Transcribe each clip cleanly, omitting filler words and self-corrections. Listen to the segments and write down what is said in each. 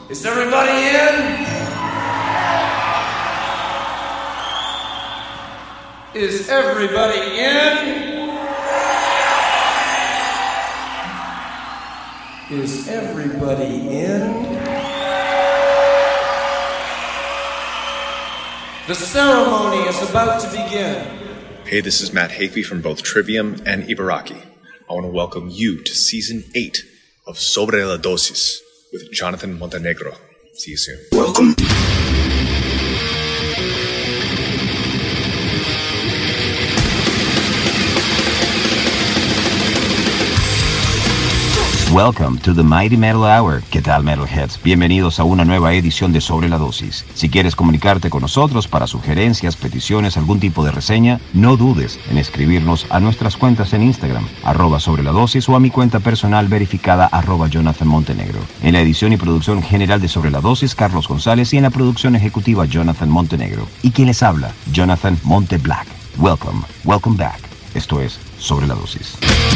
Is everybody in? Is everybody in? Is everybody in? The ceremony is about to begin. Hey, this is Matt Hafey from both Trivium and Ibaraki. I want to welcome you to Season 8 of Sobre la Dosis with Jonathan Montenegro. See you soon. Welcome. Welcome to the Mighty Metal Hour. ¿Qué tal, Metalheads? Bienvenidos a una nueva edición de Sobre la Dosis. Si quieres comunicarte con nosotros para sugerencias, peticiones, algún tipo de reseña, no dudes en escribirnos a nuestras cuentas en Instagram, @sobreladosis, o a mi cuenta personal verificada, @Jonathan Montenegro. En la edición y producción general de Sobre la Dosis, Carlos González, y en la producción ejecutiva, Jonathan Montenegro. Y quien les habla, Jonathan Monte Black. Welcome back. Esto es Sobre la Dosis.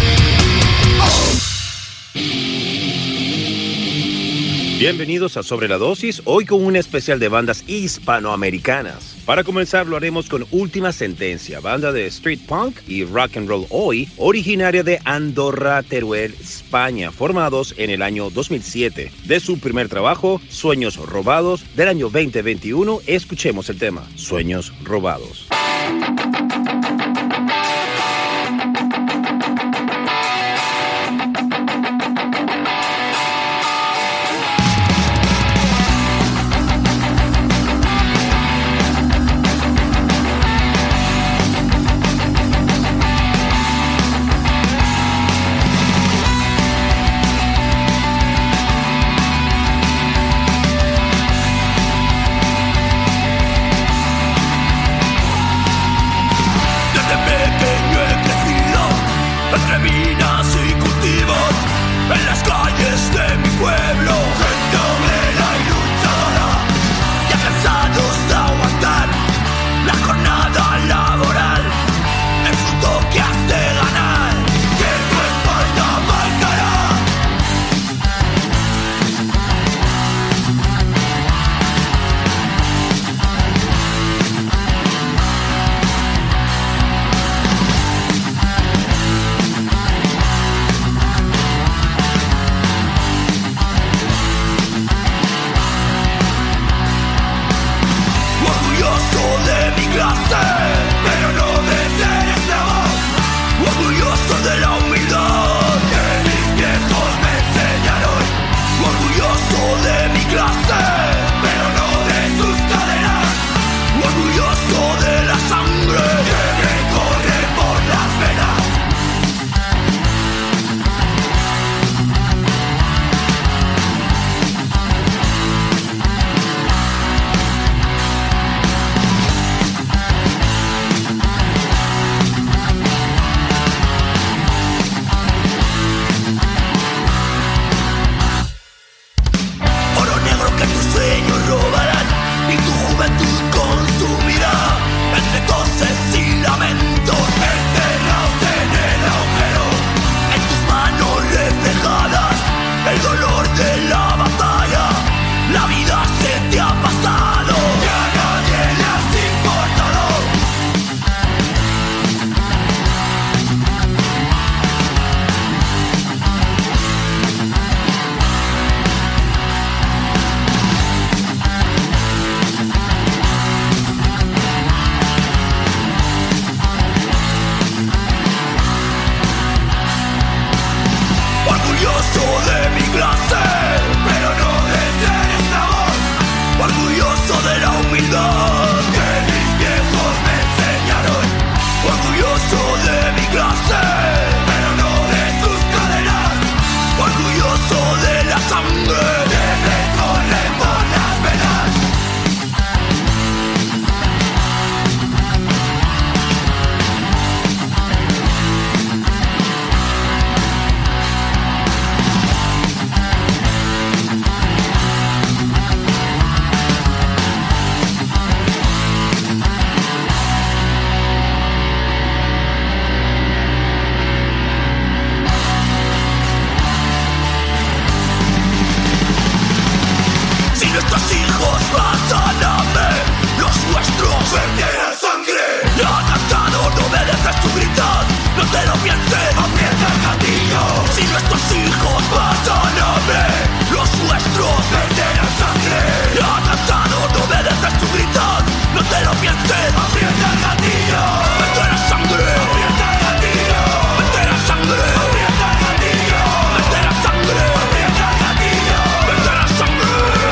Bienvenidos a Sobre la Dosis, hoy con un especial de bandas hispanoamericanas. Para comenzar lo haremos con Última Sentencia, banda de street punk y rock and roll hoy, originaria de Andorra, Teruel, España, formados en el año 2007. De su primer trabajo, Sueños Robados, del año 2021, escuchemos el tema, Sueños Robados. Oro negro que tú sueñas. vertieras sangre. Ya cansado, no mereces tu gritar. No te lo pienses, aprieta el gatillo. Si nuestros hijos matan hambre, los nuestros vertieran sangre. Ya cansado, no mereces tu gritar. No te lo pienses, aprieta el gatillo. Vertieran sangre, aprieta el gatillo. Vertieran sangre, aprieta el gatillo. Vertieran sangre, aprieta el gatillo. Vertieran sangre.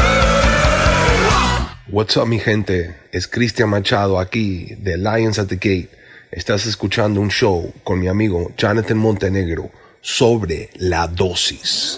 What's up, mi gente? Es Cristian Machado aquí de Lions at the Gate. Estás escuchando un show con mi amigo Jonathan Montenegro sobre la dosis.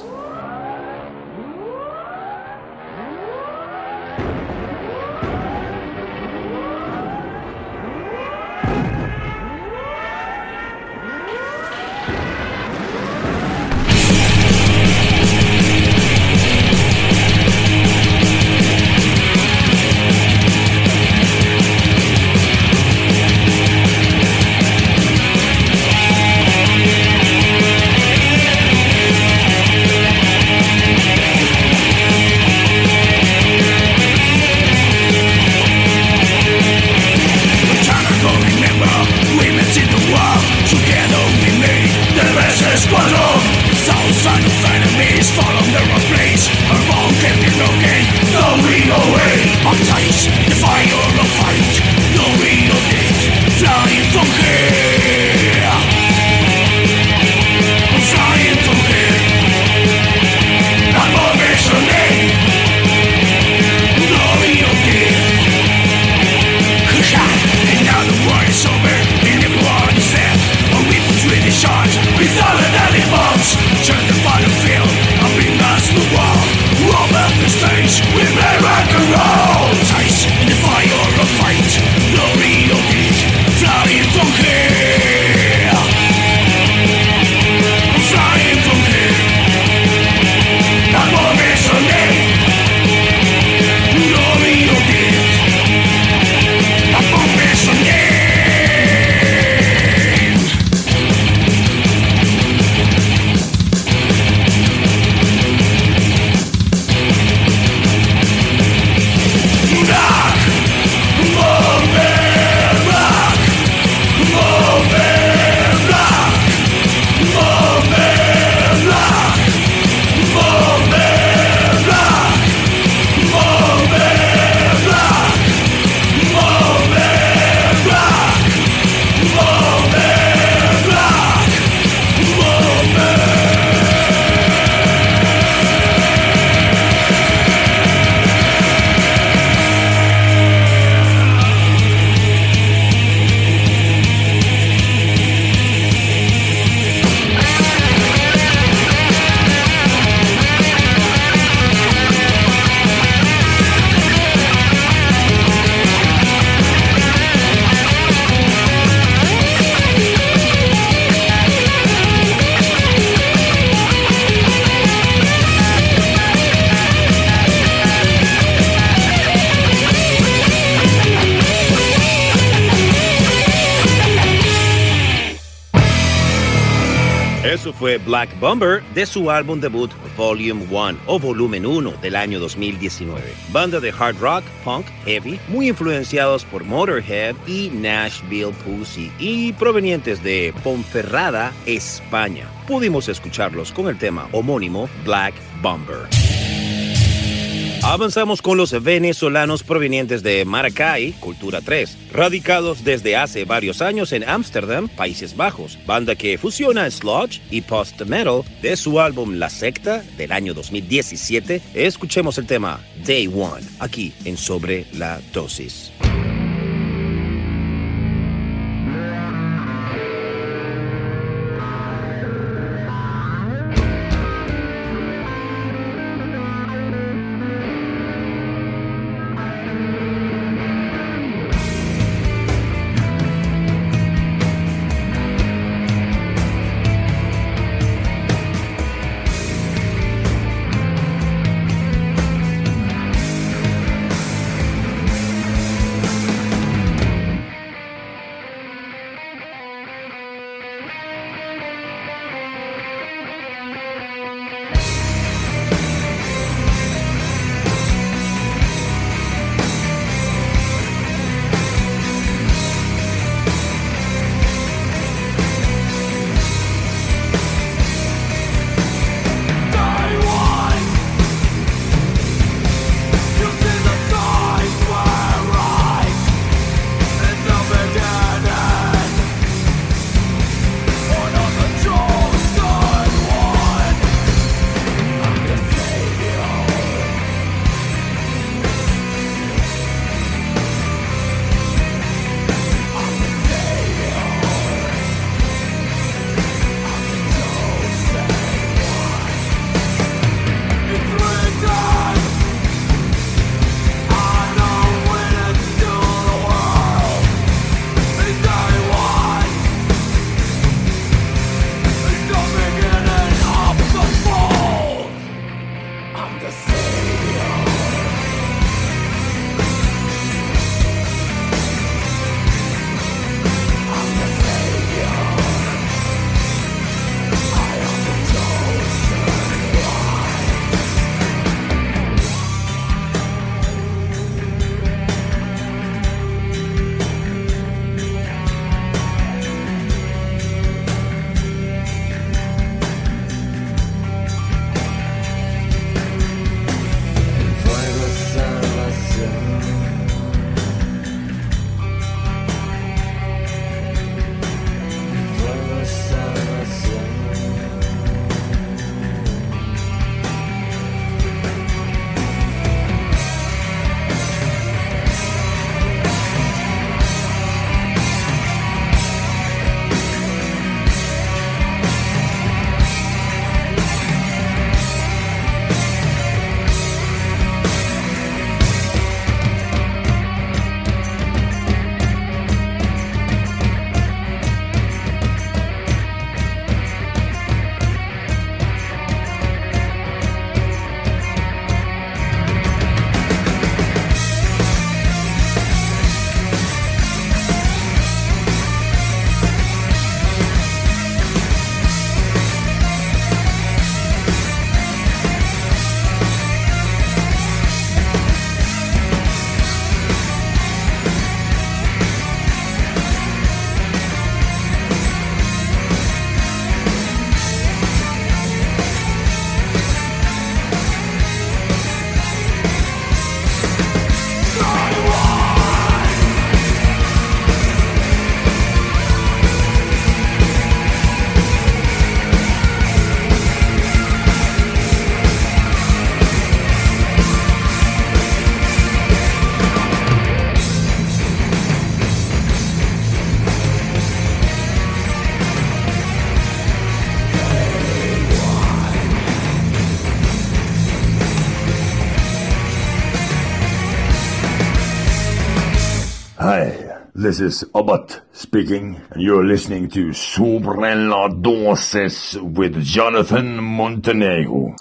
Eso fue Black Bomber de su álbum debut Volume 1 o Volumen 1 del año 2019. Banda de hard rock, punk, heavy, muy influenciados por Motorhead y Nashville Pussy y provenientes de Ponferrada, España. Pudimos escucharlos con el tema homónimo Black Bomber. Avanzamos con los venezolanos provenientes de Maracay, Cultura 3, radicados desde hace varios años en Ámsterdam, Países Bajos, banda que fusiona sludge y post-metal de su álbum La Secta del año 2017. Escuchemos el tema Day One, aquí en Sobre la Dosis. Hi, this is Abbott speaking, and you're listening to Sobre la Dosis with Jonathan Montenegro.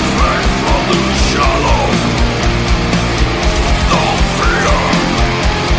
Don't fear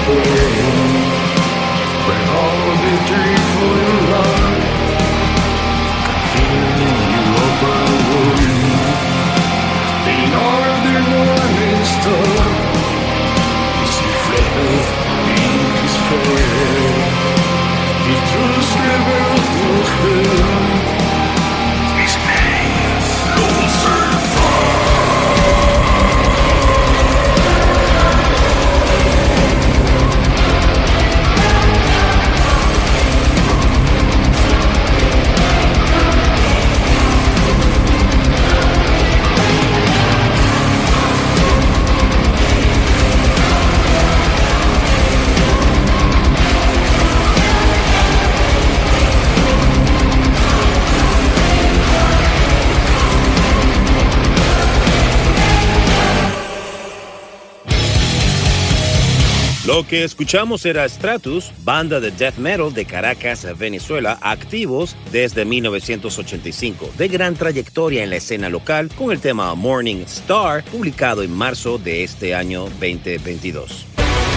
Lo que escuchamos era Stratus, banda de death metal de Caracas, Venezuela, activos desde 1985, de gran trayectoria en la escena local, con el tema Morning Star, publicado en marzo de este año 2022.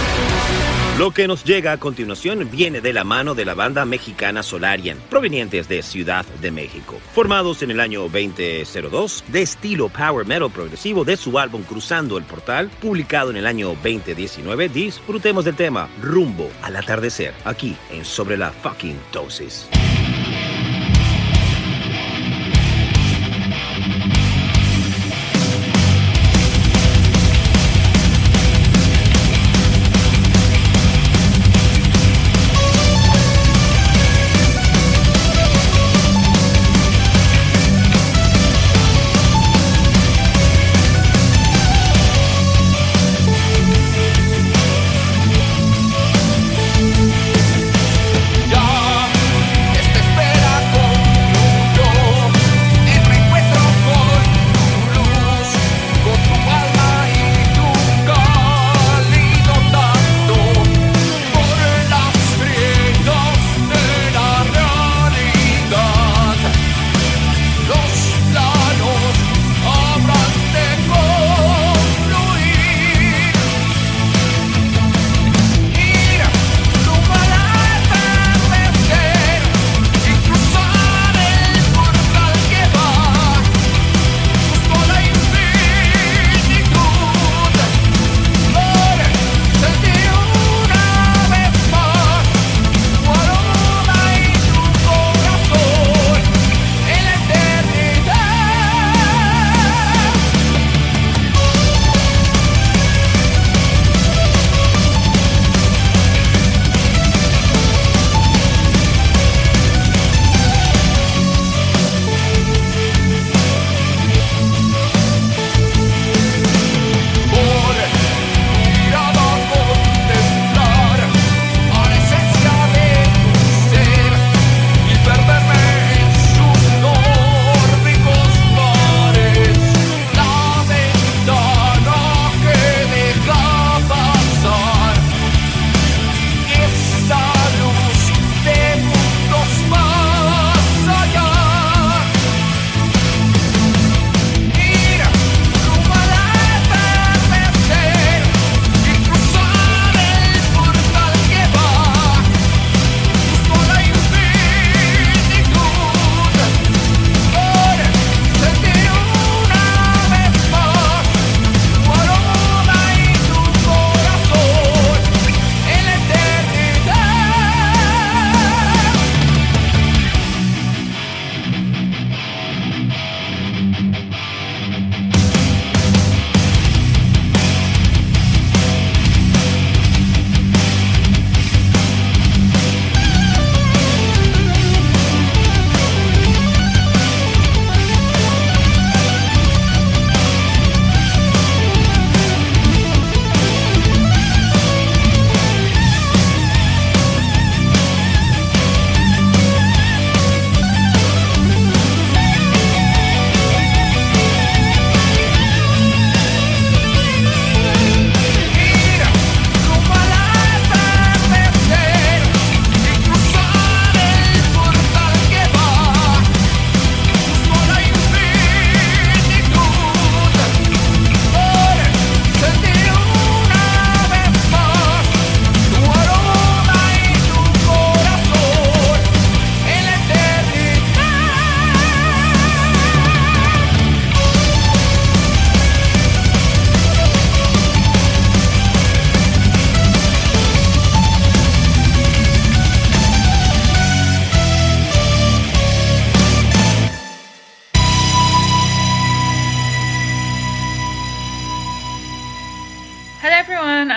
Lo que nos llega a continuación viene de la mano de la banda mexicana Solarian, provenientes de Ciudad de México. Formados en el año 2002, de estilo power metal progresivo de su álbum Cruzando el Portal, publicado en el año 2019, disfrutemos del tema Rumbo al Atardecer, aquí en Sobre la Fucking Dosis. Ya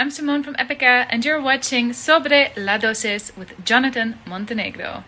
I'm Simone from Epica, and you're watching Sobre la Dosis with Jonathan Montenegro.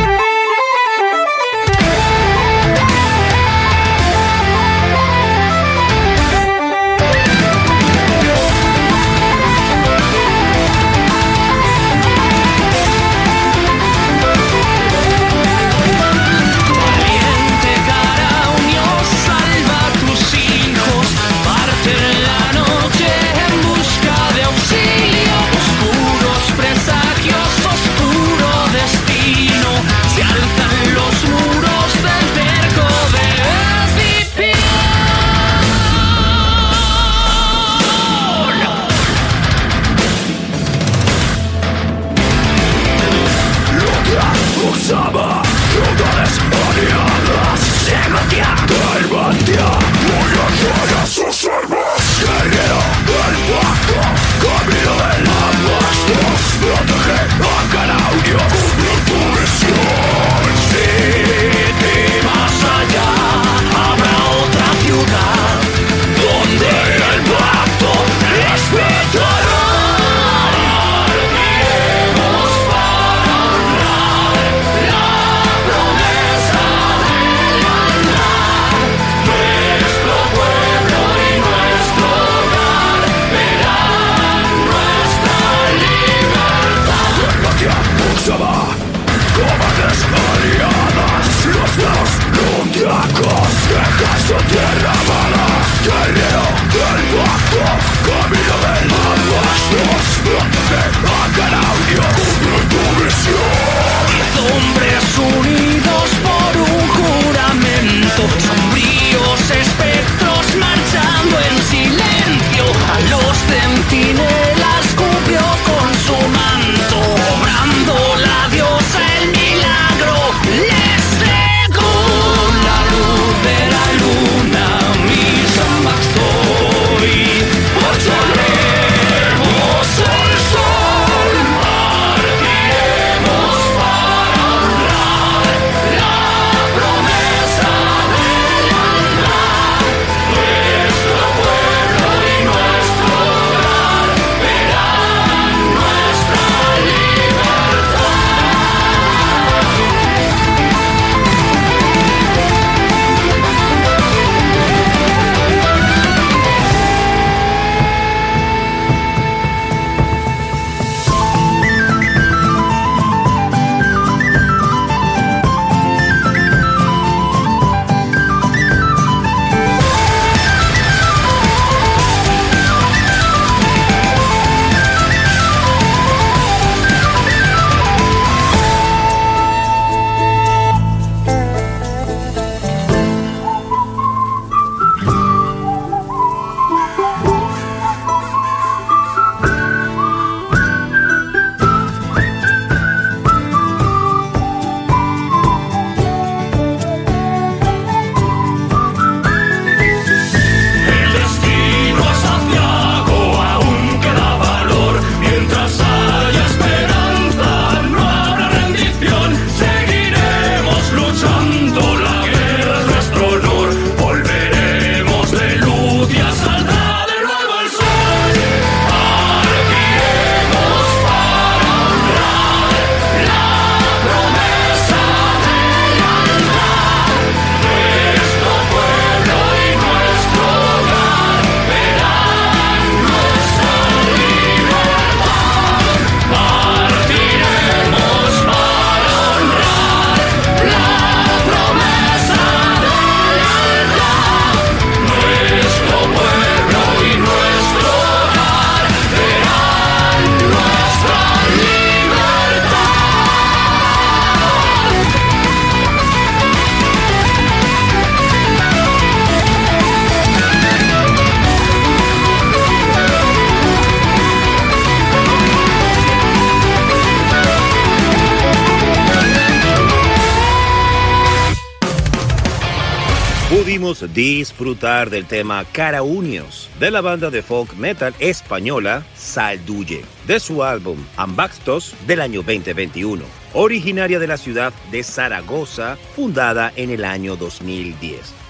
Pudimos disfrutar del tema Caraunios de la banda de folk metal española Salduye, de su álbum Ambaxtos del año 2021, originaria de la ciudad de Zaragoza, fundada en el año 2010.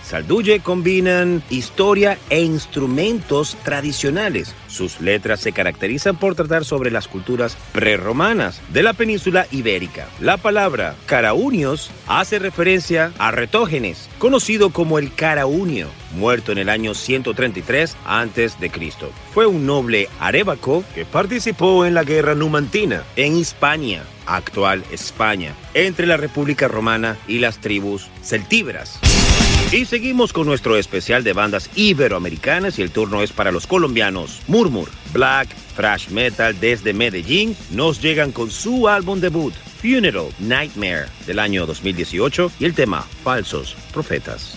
Zalduye combinan historia e instrumentos tradicionales. Sus letras se caracterizan por tratar sobre las culturas prerromanas de la península ibérica. La palabra caraunios hace referencia a Retógenes, conocido como el Caraunio, muerto en el año 133 a.C. Fue un noble arébaco que participó en la guerra numantina en Hispania, actual España, entre la República Romana y las tribus celtíberas. Y seguimos con nuestro especial de bandas iberoamericanas y el turno es para los colombianos. Murmur, black, thrash metal desde Medellín, nos llegan con su álbum debut, Funeral Nightmare, del año 2018 y el tema Falsos Profetas.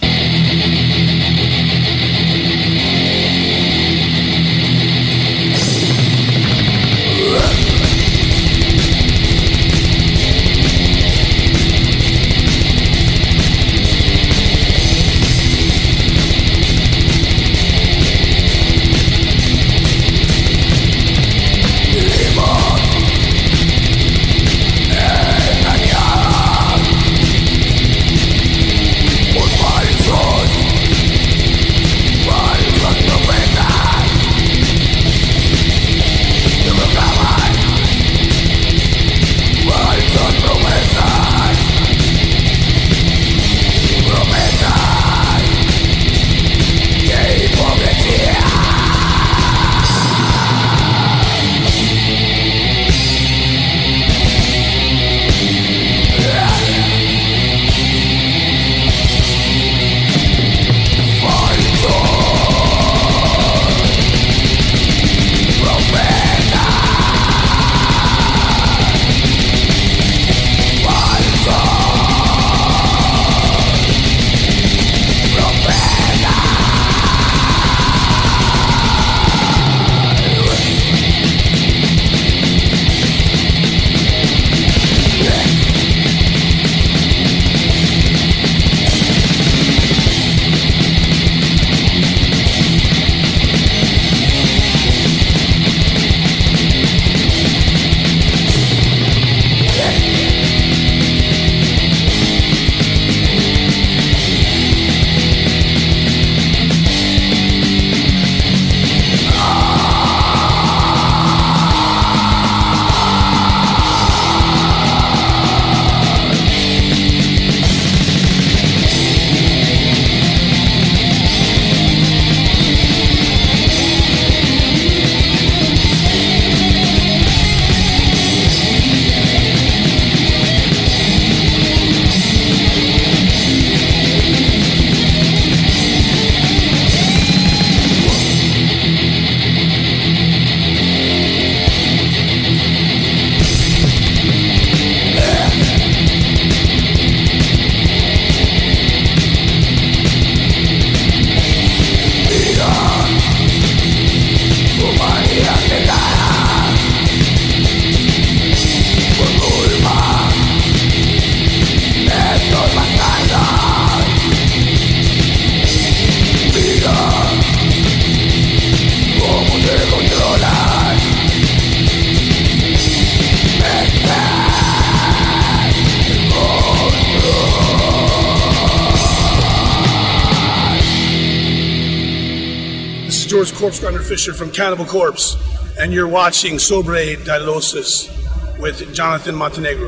Corpse Grinder Fisher from Cannibal Corpse, and you're watching Sobre las Dosis with Jonathan Montenegro.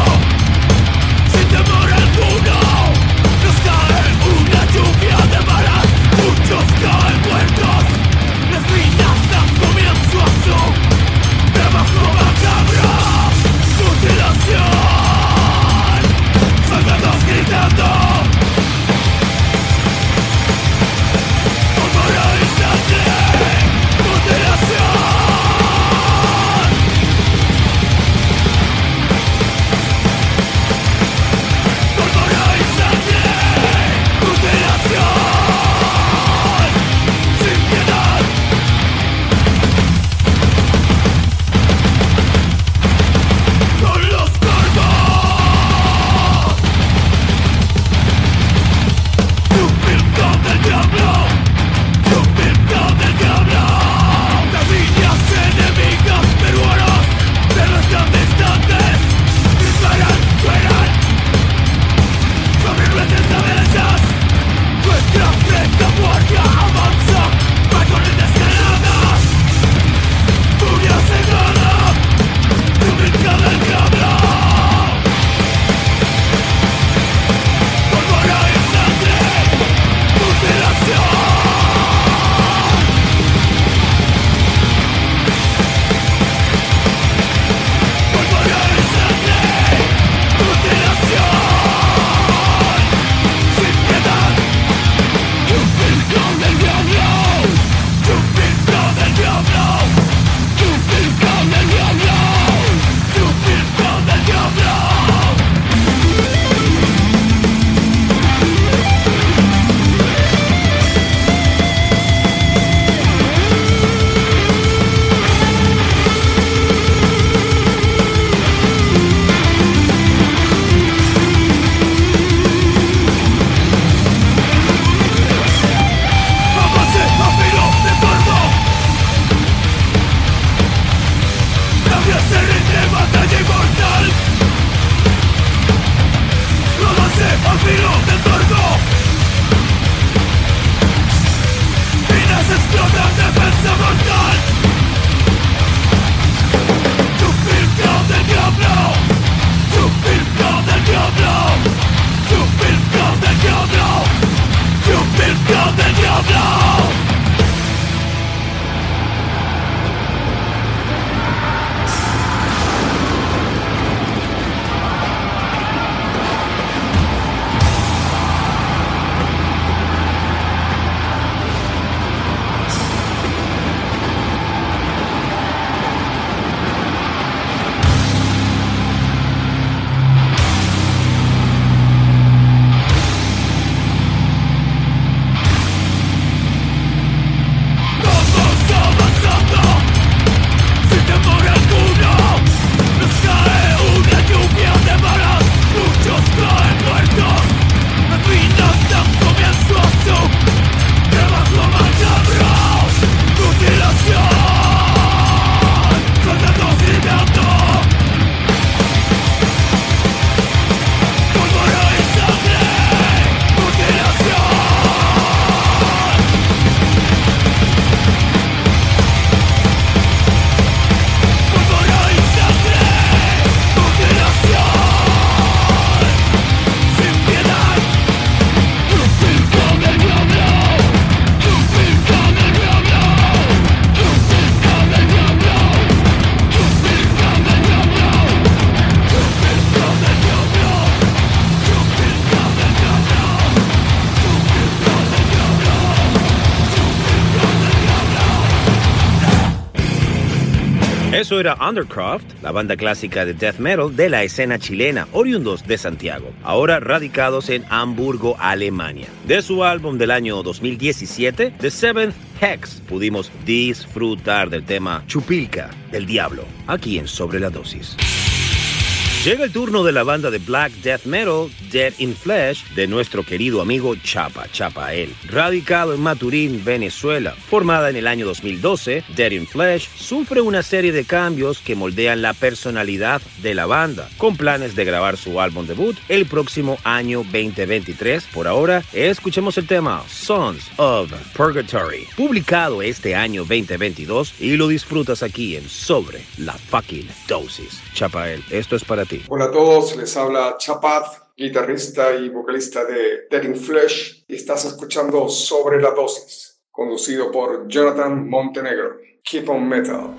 Sin temor alguno, nos cae una lluvia de balas. Eso era Undercroft, la banda clásica de death metal de la escena chilena, oriundos de Santiago, ahora radicados en Hamburgo, Alemania. De su álbum del año 2017, The Seventh Hex, pudimos disfrutar del tema Chupilca del Diablo, aquí en Sobre la Dosis. Llega el turno de la banda de black death metal Dead in Flesh de nuestro querido amigo Chapa Chapael. Radicado en Maturín, Venezuela, formada en el año 2012, Dead in Flesh sufre una serie de cambios que moldean la personalidad de la banda, con planes de grabar su álbum debut el próximo año 2023. Por ahora, escuchemos el tema Sons of Purgatory, publicado este año 2022, y lo disfrutas aquí en Sobre la Fucking Dosis. Chapael, esto es para ti. Hola a todos, les habla Chapaz, guitarrista y vocalista de Dead in Flesh, y estás escuchando Sobre la Dosis, conducido por Jonathan Montenegro. Keep on metal.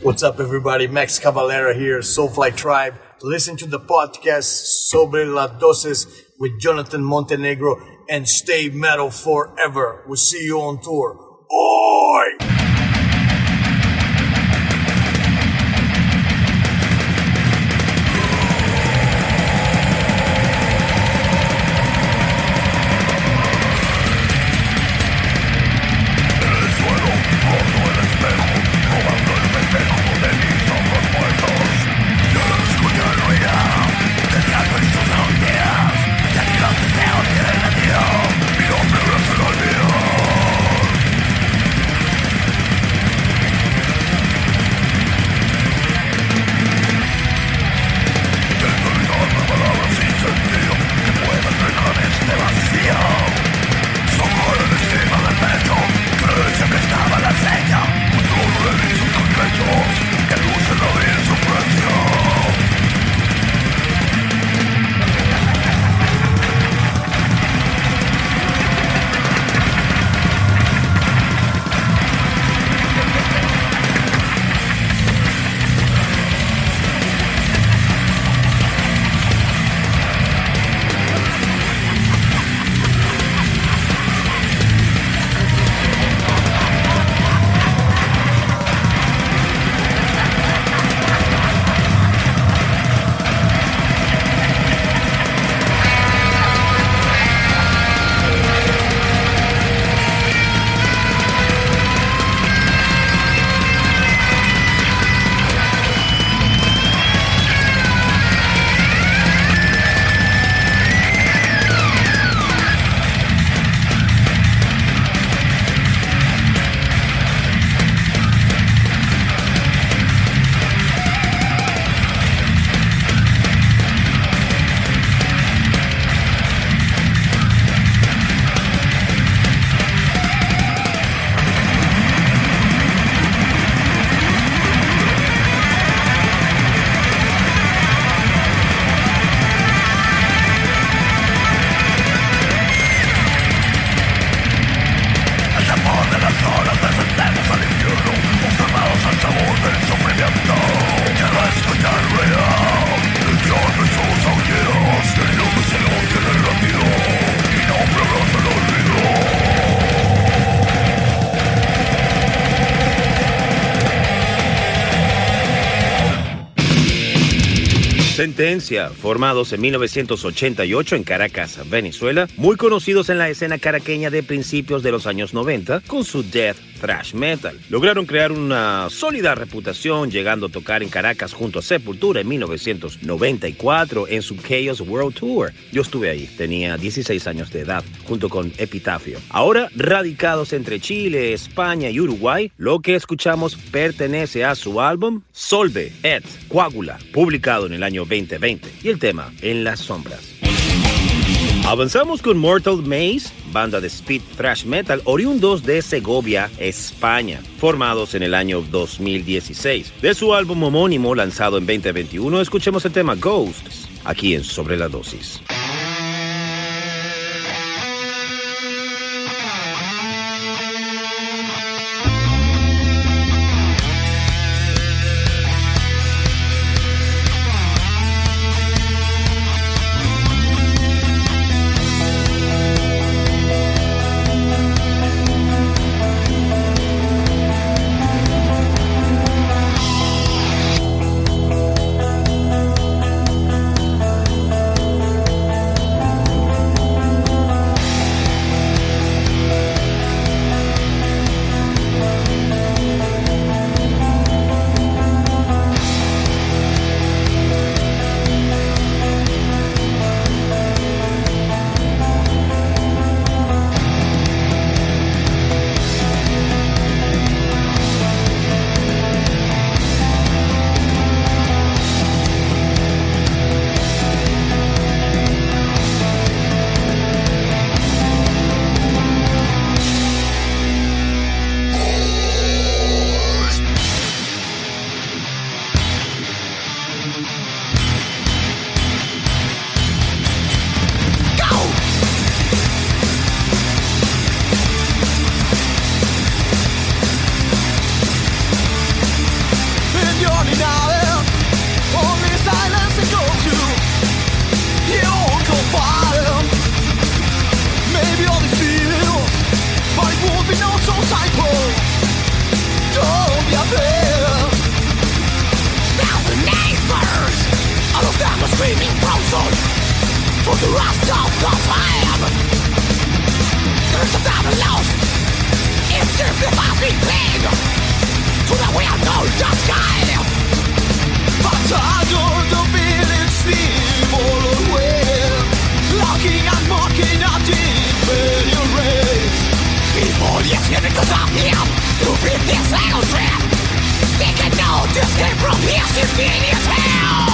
What's up, everybody? Max Cavalera here, Soulfly Tribe. Listen to the podcast Sobre las Dosis with Jonathan Montenegro and stay metal forever. We'll see you on tour. Oi! Sentencia, formados en 1988 en Caracas, Venezuela, muy conocidos en la escena caraqueña de principios de los años 90 con su death thrash metal. Lograron crear una sólida reputación, llegando a tocar en Caracas junto a Sepultura en 1994 en su Chaos World Tour. Yo estuve ahí, tenía 16 años de edad, junto con Epitafio. Ahora radicados entre Chile, España y Uruguay, lo que escuchamos pertenece a su álbum Solve et Coagula, publicado en el año 2020, y el tema En las sombras. Avanzamos con Mortal Maze, banda de speed thrash metal oriundos de Segovia, España, formados en el año 2016. De su álbum homónimo lanzado en 2021, escuchemos el tema Ghosts, aquí en Sobre la Dosis. for the rest of the time. There's a time lost. It simply must be clean to the wind of the sky. But under the village steam all away, locking and mocking a deep alien race. People yes here because of him to flip this hell trap. They can know to escape from his infinite hell.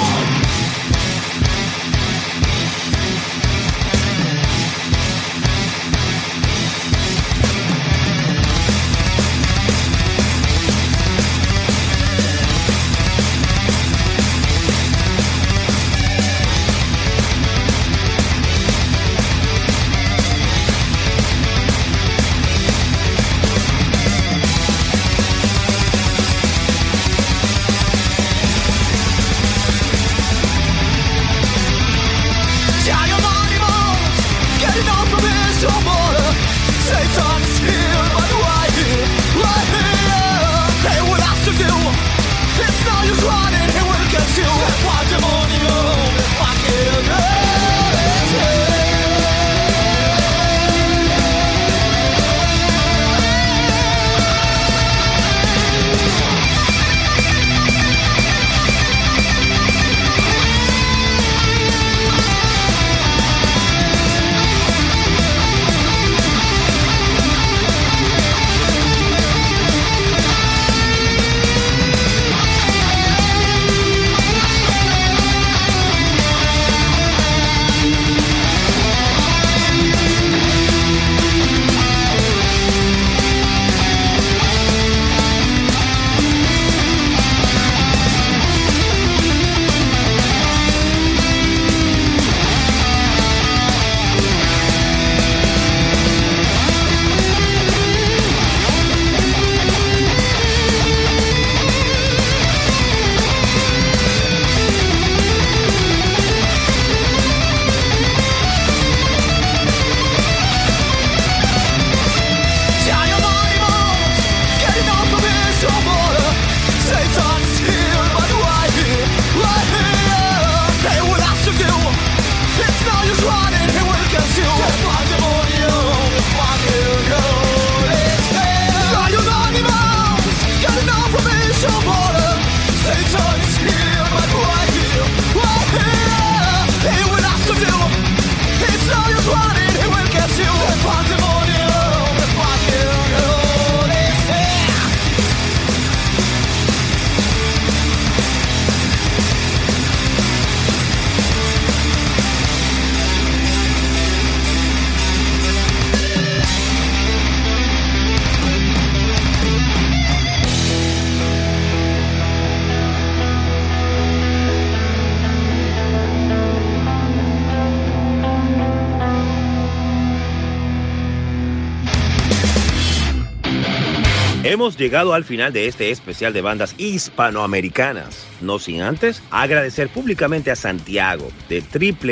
Hemos llegado al final de este especial de bandas hispanoamericanas. No sin antes agradecer públicamente a Santiago de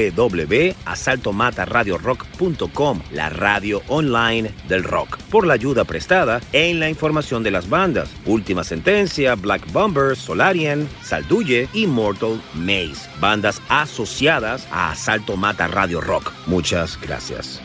www.asaltomataradiorock.com, la radio online del rock, por la ayuda prestada en la información de las bandas Última Sentencia, Black Bomber, Solarian, Salduye y Mortal Maze, bandas asociadas a Asalto Mata Radio Rock. Muchas gracias.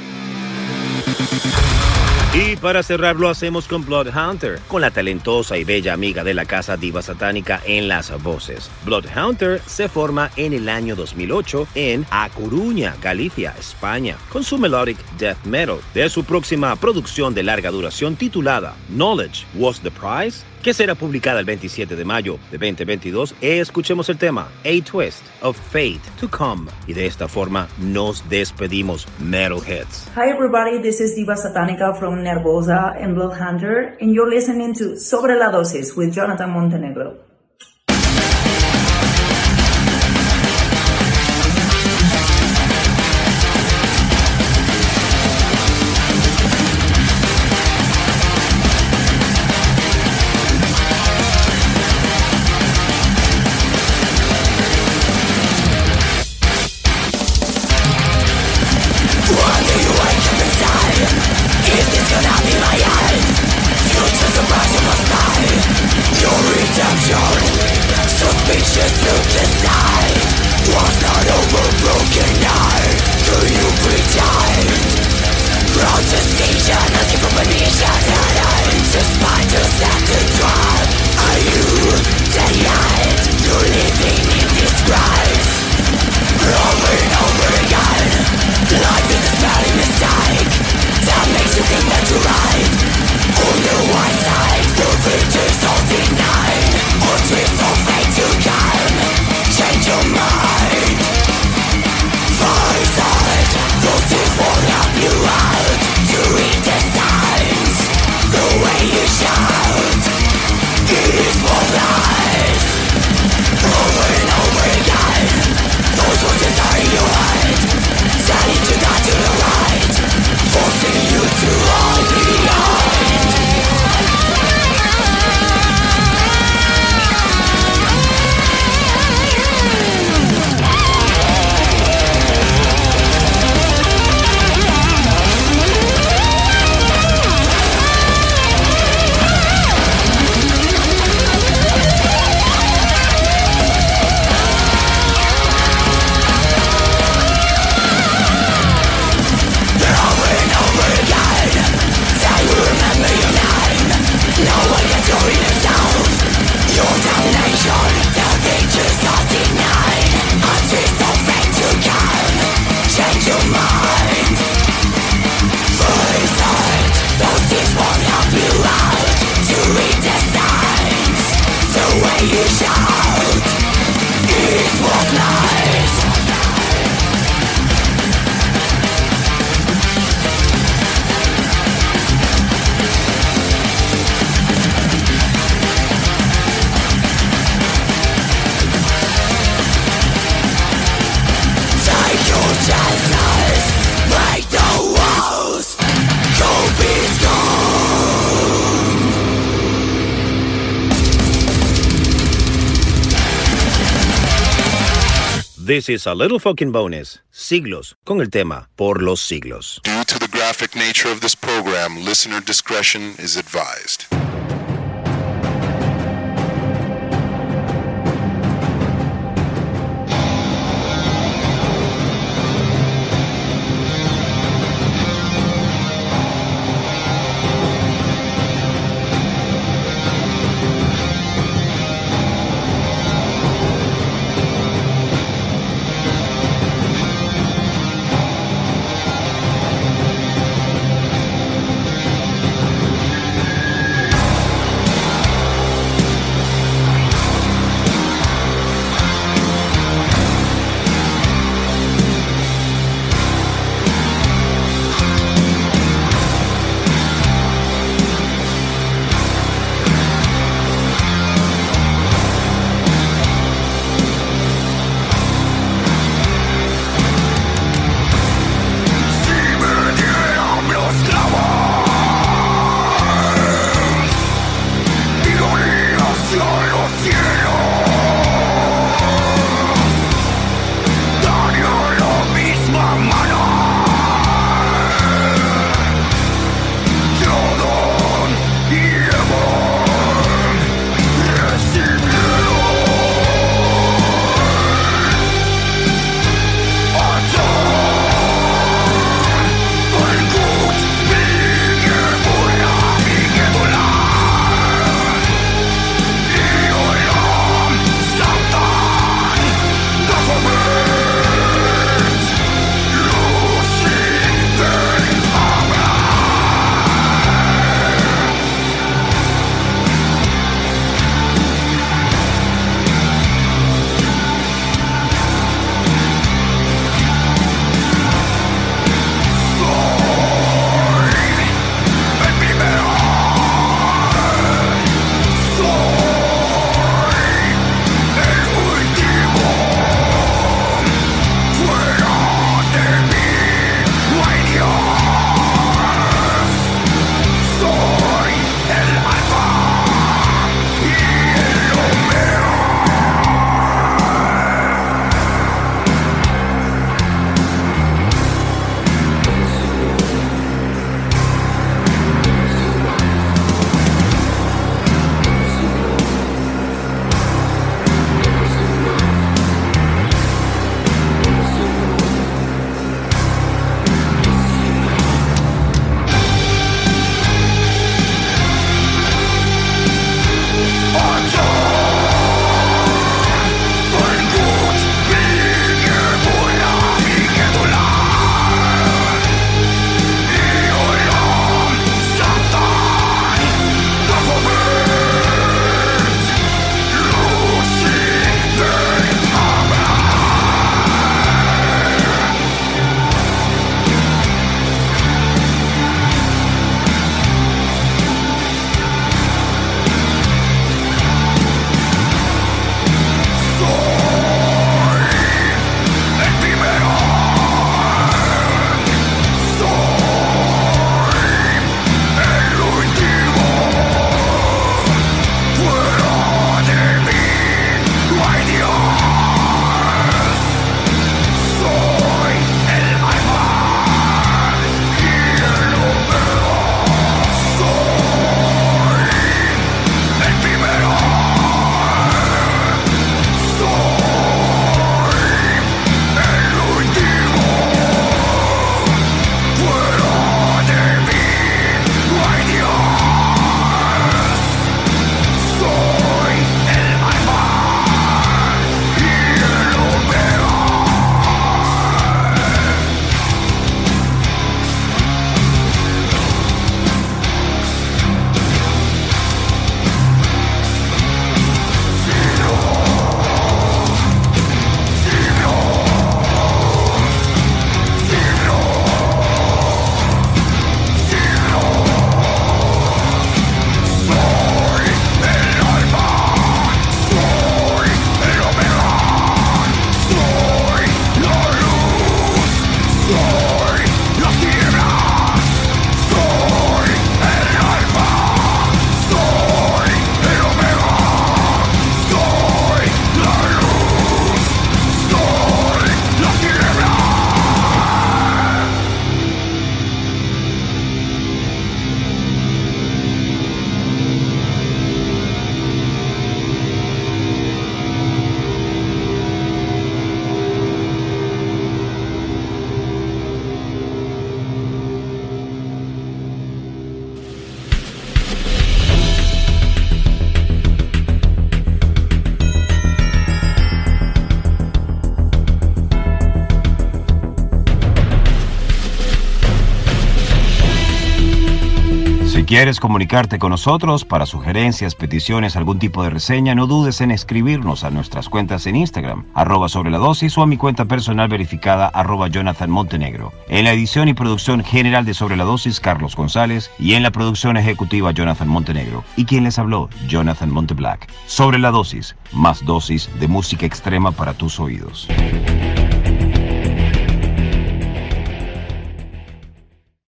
Y para cerrar lo hacemos con Bloodhunter, con la talentosa y bella amiga de la casa Diva Satánica en las voces. Bloodhunter se forma en el año 2008 en A Coruña, Galicia, España, con su melodic death metal. De su próxima producción de larga duración titulada Knowledge Was the Prize, que será publicada el 27 de mayo de 2022, escuchemos el tema A Twist of Fate to Come. Y de esta forma nos despedimos, Metalheads. Hi everybody, this is Diva Satánica from Nervosa and Bloodhunter, and you're listening to Sobre la Dosis with Jonathan Montenegro. Redemption This is a little fucking bonus. Siglos, con el tema Por los Siglos. Due to the graphic nature of this program, listener discretion is advised. quieres comunicarte con nosotros para sugerencias, peticiones, algún tipo de reseña, no dudes en escribirnos a nuestras cuentas en Instagram, @sobreladosis, o a mi cuenta personal verificada, @Jonathan Montenegro. En la edición y producción general de Sobre la Dosis, Carlos González, y en la producción ejecutiva, Jonathan Montenegro. Y quien les habló, Jonathan Monteblack. Sobre la Dosis, más dosis de música extrema para tus oídos.